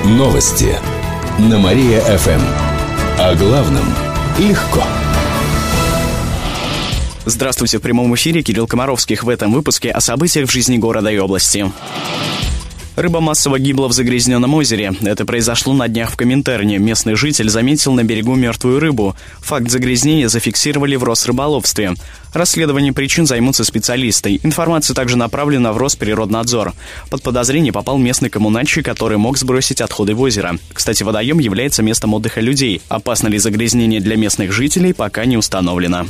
Новости на Мария-ФМ. О главном легко. Здравствуйте, в прямом эфире Кирилл Комаровских. В этом выпуске о событиях в жизни города и области. Рыба массово гибла в загрязненном озере. Это произошло на днях в Коминтерне. Местный житель заметил на берегу мертвую рыбу. Факт загрязнения зафиксировали в Росрыболовстве. Расследованием причин займутся специалисты. Информация также направлена в Росприроднадзор. Под подозрение попал местный коммунальщик, который мог сбросить отходы в озеро. Кстати, водоем является местом отдыха людей. Опасно ли загрязнение для местных жителей, пока не установлено.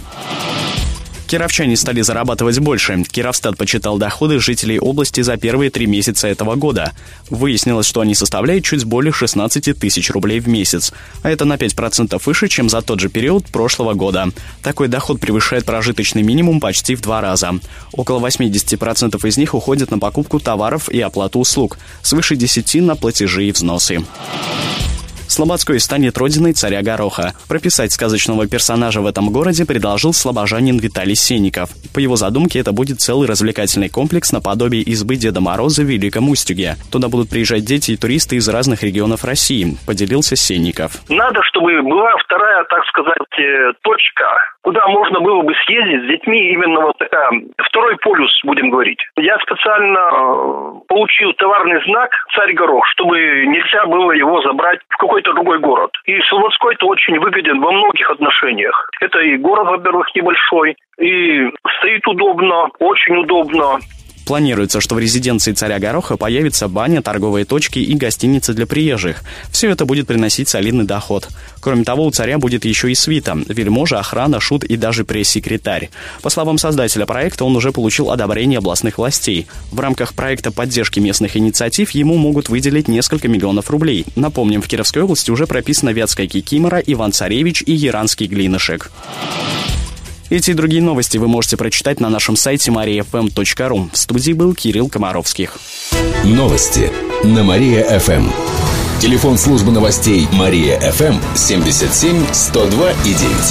Кировчане стали зарабатывать больше. Кировстат подсчитал доходы жителей области за первые 3 месяца этого года. Выяснилось, что они составляют чуть более 16 тысяч рублей в месяц. А это на 5% выше, чем за тот же период прошлого года. Такой доход превышает прожиточный минимум почти в 2 раза. Около 80% из них уходят на покупку товаров и оплату услуг. Свыше 10% на платежи и взносы. Слободской станет родиной царя Гороха. Прописать сказочного персонажа в этом городе предложил слобожанин Виталий Сенников. По его задумке, это будет целый развлекательный комплекс наподобие избы Деда Мороза в Великом Устюге. Туда будут приезжать дети и туристы из разных регионов России, поделился Сенников. Надо, чтобы была вторая, так сказать, точка, куда можно было бы съездить с детьми, именно вот такая, второй полюс, будем говорить. Я специально получил товарный знак «Царь Горох», чтобы нельзя было его забрать в какой-то другой город. И Слободской-то очень выгоден во многих отношениях. Это и город, во-первых, небольшой, и стоит удобно, очень удобно. Планируется, что в резиденции царя Гороха появится баня, торговые точки и гостиницы для приезжих. Все это будет приносить солидный доход. Кроме того, у царя будет еще и свита, вельможа, охрана, шут и даже пресс-секретарь. По словам создателя проекта, он уже получил одобрение областных властей. В рамках проекта поддержки местных инициатив ему могут выделить несколько миллионов рублей. Напомним, в Кировской области уже прописана Вятская кикимора, Иван-Царевич и Яранский глинышек. Эти и другие новости вы можете прочитать на нашем сайте mariafm.ru. В студии был Кирилл Комаровских. Новости на Мария-ФМ. Телефон службы новостей Мария-ФМ 77 102 и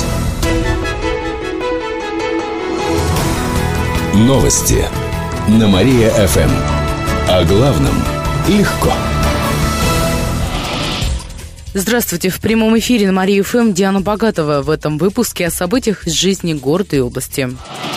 9. Новости на Мария-ФМ. О главном легко. Здравствуйте, в прямом эфире на Мария-ФМ Диана Богатова. В этом выпуске о событиях из жизни города и области.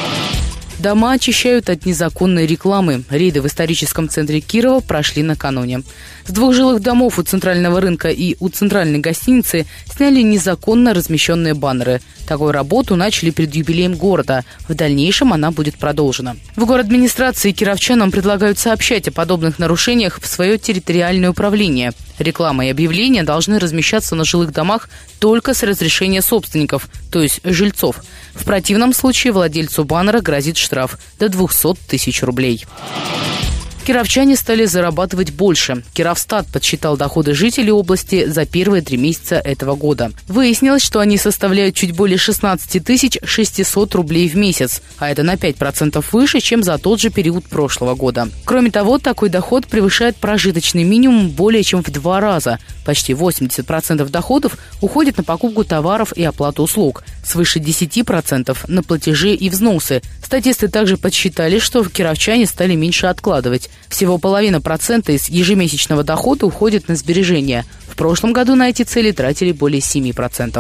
Дома очищают от незаконной рекламы. Рейды в историческом центре Кирова прошли накануне. С 2 жилых домов у центрального рынка и у центральной гостиницы сняли незаконно размещенные баннеры. Такую работу начали перед юбилеем города. В дальнейшем она будет продолжена. В городадминистрации кировчанам предлагают сообщать о подобных нарушениях в свое территориальное управление. Реклама и объявления должны размещаться на жилых домах только с разрешения собственников, то есть жильцов. В противном случае владельцу баннера грозит штраф до 200 тысяч рублей. Кировчане стали зарабатывать больше. Кировстат подсчитал доходы жителей области за первые 3 месяца этого года. Выяснилось, что они составляют чуть более 16 600 рублей в месяц, а это на 5% выше, чем за тот же период прошлого года. Кроме того, такой доход превышает прожиточный минимум более чем в 2 раза. Почти 80% доходов уходит на покупку товаров и оплату услуг, свыше 10% на платежи и взносы. Статисты также подсчитали, что кировчане стали меньше откладывать. Всего 0,5% из ежемесячного дохода уходит на сбережения. В прошлом году на эти цели тратили более 7%.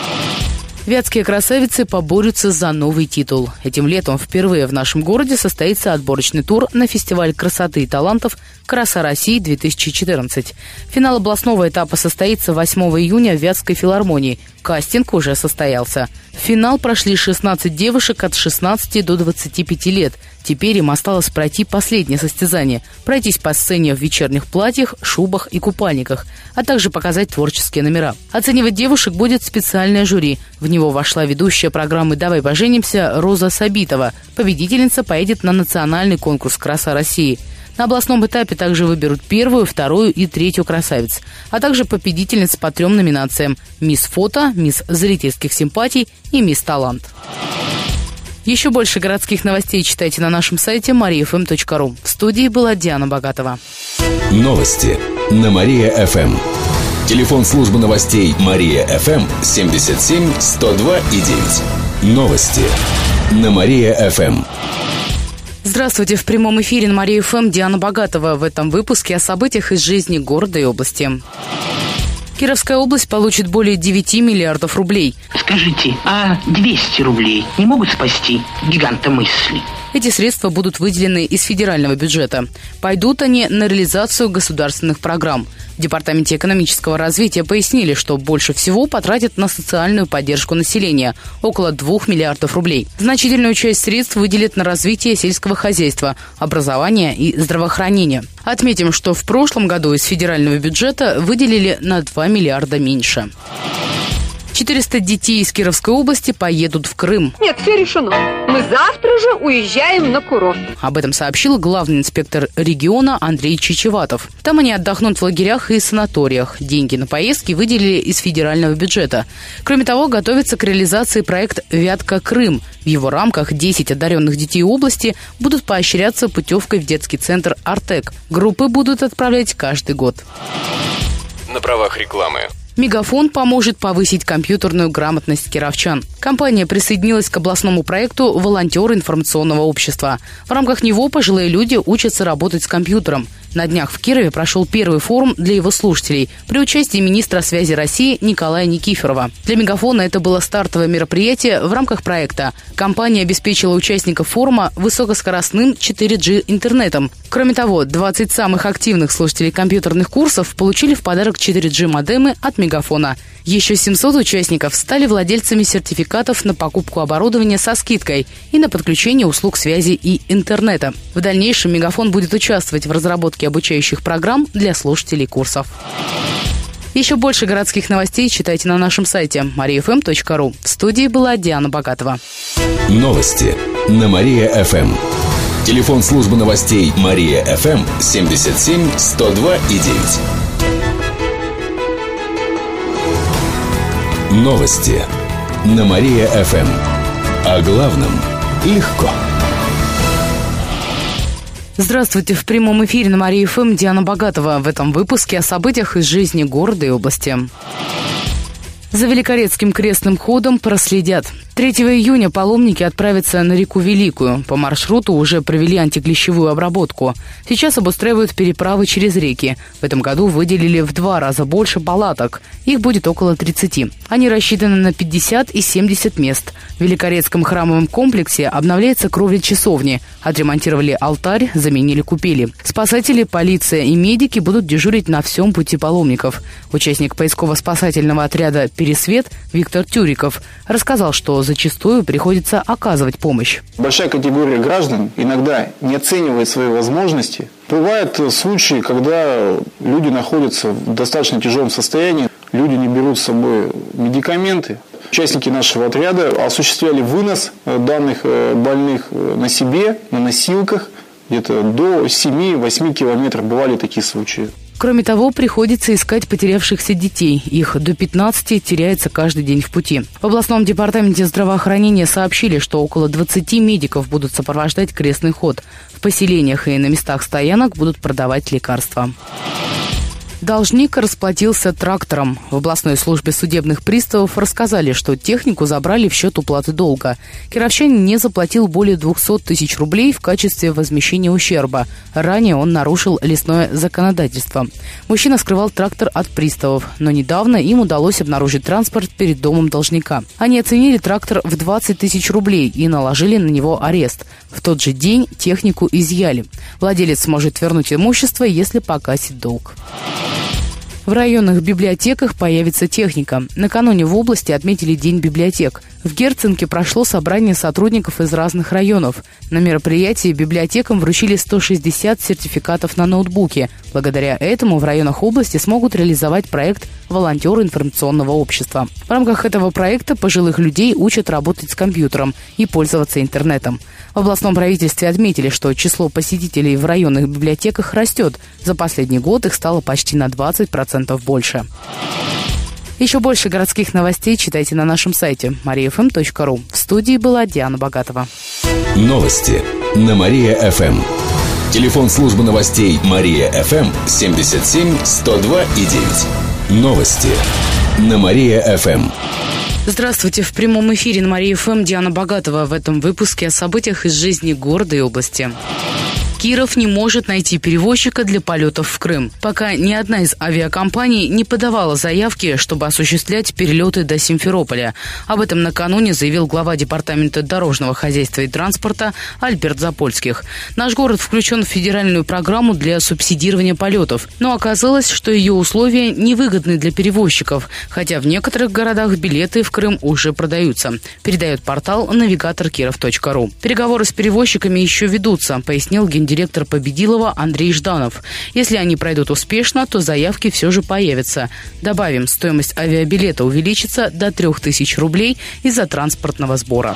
Вятские красавицы поборются за новый титул. Этим летом впервые в нашем городе состоится отборочный тур на фестиваль красоты и талантов «Краса России-2014». Финал областного этапа состоится 8 июня в Вятской филармонии. Кастинг уже состоялся. В финал прошли 16 девушек от 16 до 25 лет. Теперь им осталось пройти последнее состязание – пройтись по сцене в вечерних платьях, шубах и купальниках, а также показать творческие номера. Оценивать девушек будет специальное жюри. В него вошла ведущая программы «Давай поженимся» Роза Сабитова. Победительница поедет на национальный конкурс «Краса России». На областном этапе также выберут 1-ю, 2-ю и 3-ю красавиц, а также победительниц по 3 номинациям – «Мисс Фото», «Мисс Зрительских симпатий» и «Мисс Талант». Еще больше городских новостей читайте на нашем сайте mariafm.ru. В студии была Диана Богатова. Новости на Мария-ФМ. Телефон службы новостей Мария-ФМ 77 102 и 9. Новости на Мария-ФМ. Здравствуйте, в прямом эфире на Мария ФМ Диана Богатова. В этом выпуске о событиях из жизни города и области. Кировская область получит более 9 миллиардов рублей. Скажите, а 200 рублей не могут спасти гиганта мысли? Эти средства будут выделены из федерального бюджета. Пойдут они на реализацию государственных программ. В Департаменте экономического развития пояснили, что больше всего потратят на социальную поддержку населения – около 2 миллиардов рублей. Значительную часть средств выделят на развитие сельского хозяйства, образования и здравоохранения. Отметим, что в прошлом году из федерального бюджета выделили на 2 миллиарда меньше. 400 детей из Кировской области поедут в Крым. Нет, все решено. Мы завтра же уезжаем на курорт. Об этом сообщил главный инспектор региона Андрей Чичеватов. Там они отдохнут в лагерях и санаториях. Деньги на поездки выделили из федерального бюджета. Кроме того, готовится к реализации проект «Вятка-Крым». В его рамках 10 одаренных детей области будут поощряться путевкой в детский центр «Артек». Группы будут отправлять каждый год. На правах рекламы. Мегафон поможет повысить компьютерную грамотность кировчан. Компания присоединилась к областному проекту «Волонтеры информационного общества». В рамках него пожилые люди учатся работать с компьютером. На днях в Кирове прошел первый форум для его слушателей при участии министра связи России Николая Никифорова. Для Мегафона это было стартовое мероприятие в рамках проекта. Компания обеспечила участников форума высокоскоростным 4G интернетом. Кроме того, 20 самых активных слушателей компьютерных курсов получили в подарок 4G модемы от Мегафона. Еще 700 участников стали владельцами сертификатов на покупку оборудования со скидкой и на подключение услуг связи и интернета. В дальнейшем Мегафон будет участвовать в разработке обучающих программ для слушателей курсов. Еще больше городских новостей читайте на нашем сайте mariafm.ru. В студии была Диана Богатова. Новости на Мария-ФМ. Телефон службы новостей Мария-ФМ 77 102 и 9. Новости на Мария-ФМ. О главном легко. Здравствуйте, в прямом эфире на Мария ФМ Диана Богатова. В этом выпуске о событиях из жизни города и области. За Великорецким крестным ходом проследят. 3 июня паломники отправятся на реку Великую. По маршруту уже провели антиклещевую обработку. Сейчас обустраивают переправы через реки. В этом году выделили в 2 раза больше палаток. Их будет около 30. Они рассчитаны на 50 и 70 мест. В Великорецком храмовом комплексе обновляется кровля часовни. Отремонтировали алтарь, заменили купели. Спасатели, полиция и медики будут дежурить на всем пути паломников. Участник поисково-спасательного отряда «Пересвет» Виктор Тюриков рассказал, что зачастую приходится оказывать помощь. Большая категория граждан иногда не оценивает свои возможности. Бывают случаи, когда люди находятся в достаточно тяжелом состоянии, люди не берут с собой медикаменты. Участники нашего отряда осуществляли вынос данных больных на себе, на носилках, где-то до 7-8 километров бывали такие случаи. Кроме того, приходится искать потерявшихся детей. Их до 15 теряется каждый день в пути. В областном департаменте здравоохранения сообщили, что около 20 медиков будут сопровождать крестный ход. В поселениях и на местах стоянок будут продавать лекарства. Должник расплатился трактором. В областной службе судебных приставов рассказали, что технику забрали в счет уплаты долга. Кировчанин не заплатил более 200 тысяч рублей в качестве возмещения ущерба. Ранее он нарушил лесное законодательство. Мужчина скрывал трактор от приставов, но недавно им удалось обнаружить транспорт перед домом должника. Они оценили трактор в 20 тысяч рублей и наложили на него арест. В тот же день технику изъяли. Владелец сможет вернуть имущество, если погасит долг. В районных библиотеках появится техника. Накануне в области отметили День библиотек. В Герценке прошло собрание сотрудников из разных районов. На мероприятии библиотекам вручили 160 сертификатов на ноутбуки. Благодаря этому в районах области смогут реализовать проект «Волонтеры информационного общества». В рамках этого проекта пожилых людей учат работать с компьютером и пользоваться интернетом. В областном правительстве отметили, что число посетителей в районных библиотеках растет. За последний год их стало почти на 20% больше. Еще больше городских новостей читайте на нашем сайте mariafm.ru. В студии была Диана Богатова. Новости на Мария-ФМ. Телефон службы новостей Мария-ФМ 77 102 и 9. Новости на Мария-ФМ. Здравствуйте. В прямом эфире на Мария ФМ Диана Богатова. В этом выпуске о событиях из жизни города и области. Киров не может найти перевозчика для полетов в Крым. Пока ни одна из авиакомпаний не подавала заявки, чтобы осуществлять перелеты до Симферополя. Об этом накануне заявил глава Департамента дорожного хозяйства и транспорта Альберт Запольских. Наш город включен в федеральную программу для субсидирования полетов. Но оказалось, что ее условия невыгодны для перевозчиков, хотя в некоторых городах билеты в Крым уже продаются, передает портал navigator.kirov.ru. Переговоры с перевозчиками еще ведутся, пояснил гендиректор Победилова Андрей Жданов. Если они пройдут успешно, то заявки все же появятся. Добавим, стоимость авиабилета увеличится до 3000 рублей из-за транспортного сбора.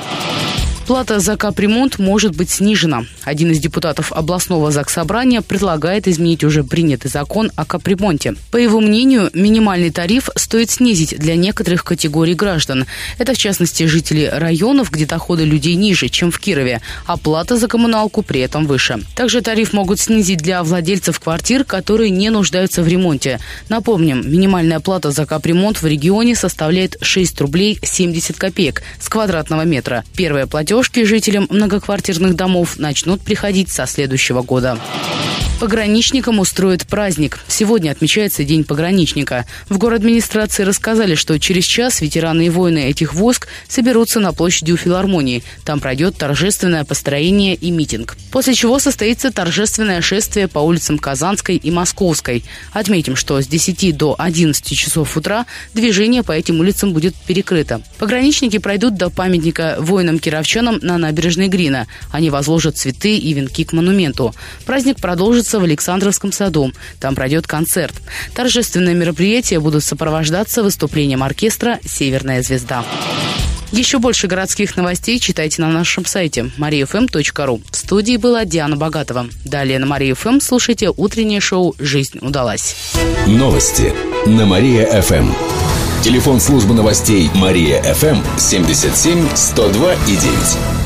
Плата за капремонт может быть снижена. Один из депутатов областного заксобрания предлагает изменить уже принятый закон о капремонте. По его мнению, минимальный тариф стоит снизить для некоторых категорий граждан. Это, в частности, жители районов, где доходы людей ниже, чем в Кирове, а плата за коммуналку при этом выше. Также тариф могут снизить для владельцев квартир, которые не нуждаются в ремонте. Напомним, минимальная плата за капремонт в регионе составляет 6 рублей 70 копеек с квадратного метра. Первая платежка жителям многоквартирных домов начнут приходить со следующего года. Пограничникам устроят праздник. Сегодня отмечается День пограничника. В городадминистрации рассказали, что через час ветераны и воины этих войск соберутся на площади у филармонии. Там пройдет торжественное построение и митинг. После чего состоится торжественное шествие по улицам Казанской и Московской. Отметим, что с 10 до 11 часов утра движение по этим улицам будет перекрыто. Пограничники пройдут до памятника воинам-кировчанам на набережной Грина. Они возложат цветы и венки к монументу. Праздник продолжится в Александровском саду. Там пройдет концерт. Торжественные мероприятия будут сопровождаться выступлением оркестра «Северная звезда». Еще больше городских новостей читайте на нашем сайте mariafm.ru. В студии была Диана Богатова. Далее на Мария ФМ слушайте утреннее шоу «Жизнь удалась». Новости на Мария ФМ. Телефон службы новостей Мария ФМ 77 102 и 9.